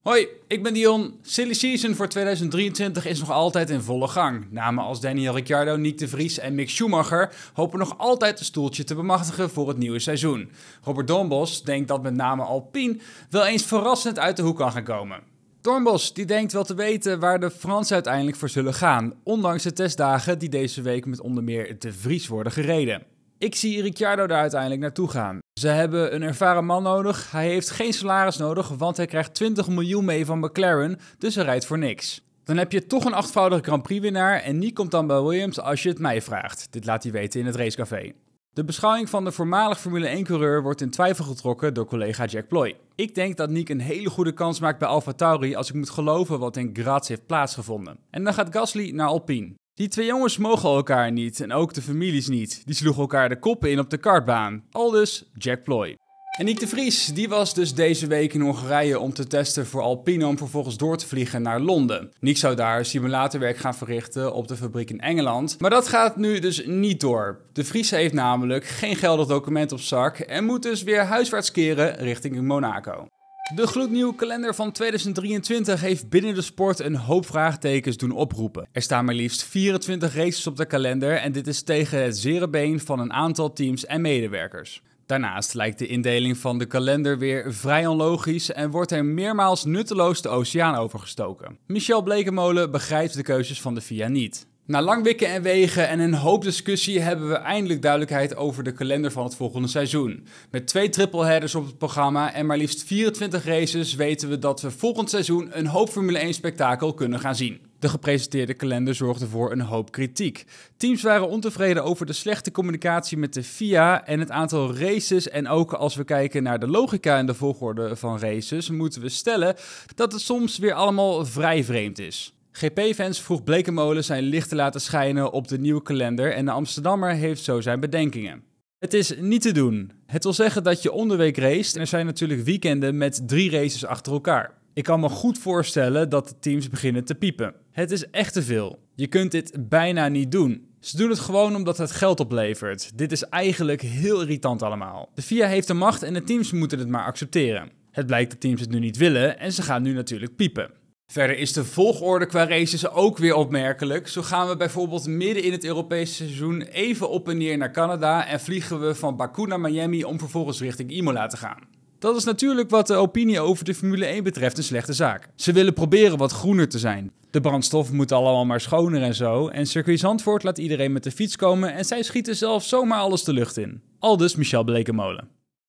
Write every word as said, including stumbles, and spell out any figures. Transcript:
Hoi, ik ben Dion. Silly Season voor tweeduizend drieëntwintig is nog altijd in volle gang. Namen als Daniel Ricciardo, Nyck de Vries en Mick Schumacher hopen nog altijd een stoeltje te bemachtigen voor het nieuwe seizoen. Robert Doornbos denkt dat met name Alpine wel eens verrassend uit de hoek kan gaan komen. Doornbos die denkt wel te weten waar de Fransen uiteindelijk voor zullen gaan, ondanks de testdagen die deze week met onder meer de Vries worden gereden. Ik zie Ricciardo daar uiteindelijk naartoe gaan. Ze hebben een ervaren man nodig, hij heeft geen salaris nodig, want hij krijgt twintig miljoen mee van McLaren, dus hij rijdt voor niks. Dan heb je toch een achtvoudige Grand Prix winnaar en die komt dan bij Williams als je het mij vraagt. Dit laat hij weten in het racecafé. De beschouwing van de voormalig Formule één-coureur wordt in twijfel getrokken door collega Jack Ploy. Ik denk dat Nyck een hele goede kans maakt bij AlphaTauri als ik moet geloven wat in Graz heeft plaatsgevonden. En dan gaat Gasly naar Alpine. Die twee jongens mogen elkaar niet en ook de families niet. Die sloegen elkaar de koppen in op de kartbaan. Aldus Jack Ploy. En Nyck de Vries, die was dus deze week in Hongarije om te testen voor Alpine om vervolgens door te vliegen naar Londen. Nyck zou daar simulatorwerk gaan verrichten op de fabriek in Engeland, maar dat gaat nu dus niet door. De Vries heeft namelijk geen geldig document op zak en moet dus weer huiswaarts keren richting Monaco. De gloednieuwe kalender van tweeduizend drieëntwintig heeft binnen de sport een hoop vraagtekens doen oproepen. Er staan maar liefst vierentwintig races op de kalender en dit is tegen het zere been van een aantal teams en medewerkers. Daarnaast lijkt de indeling van de kalender weer vrij onlogisch en wordt er meermaals nutteloos de oceaan overgestoken. Michel Blekemolen begrijpt de keuzes van de F I A niet. Na lang wikken en wegen en een hoop discussie hebben we eindelijk duidelijkheid over de kalender van het volgende seizoen. Met twee tripleheaders op het programma en maar liefst vierentwintig races weten we dat we volgend seizoen een hoop Formule één spektakel kunnen gaan zien. De gepresenteerde kalender zorgde voor een hoop kritiek. Teams waren ontevreden over de slechte communicatie met de F I A en het aantal races. En ook als we kijken naar de logica en de volgorde van races, moeten we stellen dat het soms weer allemaal vrij vreemd is. G P-fans vroeg Blekemolen zijn licht te laten schijnen op de nieuwe kalender en de Amsterdammer heeft zo zijn bedenkingen. Het is niet te doen. Het wil zeggen dat je onderweek racet en er zijn natuurlijk weekenden met drie races achter elkaar. Ik kan me goed voorstellen dat de teams beginnen te piepen. Het is echt te veel. Je kunt dit bijna niet doen. Ze doen het gewoon omdat het geld oplevert. Dit is eigenlijk heel irritant allemaal. De F I A heeft de macht en de teams moeten het maar accepteren. Het blijkt dat teams het nu niet willen en ze gaan nu natuurlijk piepen. Verder is de volgorde qua races ook weer opmerkelijk. Zo gaan we bijvoorbeeld midden in het Europese seizoen even op en neer naar Canada en vliegen we van Baku naar Miami om vervolgens richting Imola te gaan. Dat is natuurlijk wat de opinie over de Formule één betreft een slechte zaak. Ze willen proberen wat groener te zijn. De brandstof moet allemaal maar schoner en zo. En Circuit Zandvoort laat iedereen met de fiets komen en zij schieten zelf zomaar alles de lucht in. Aldus Michel Blekemolen.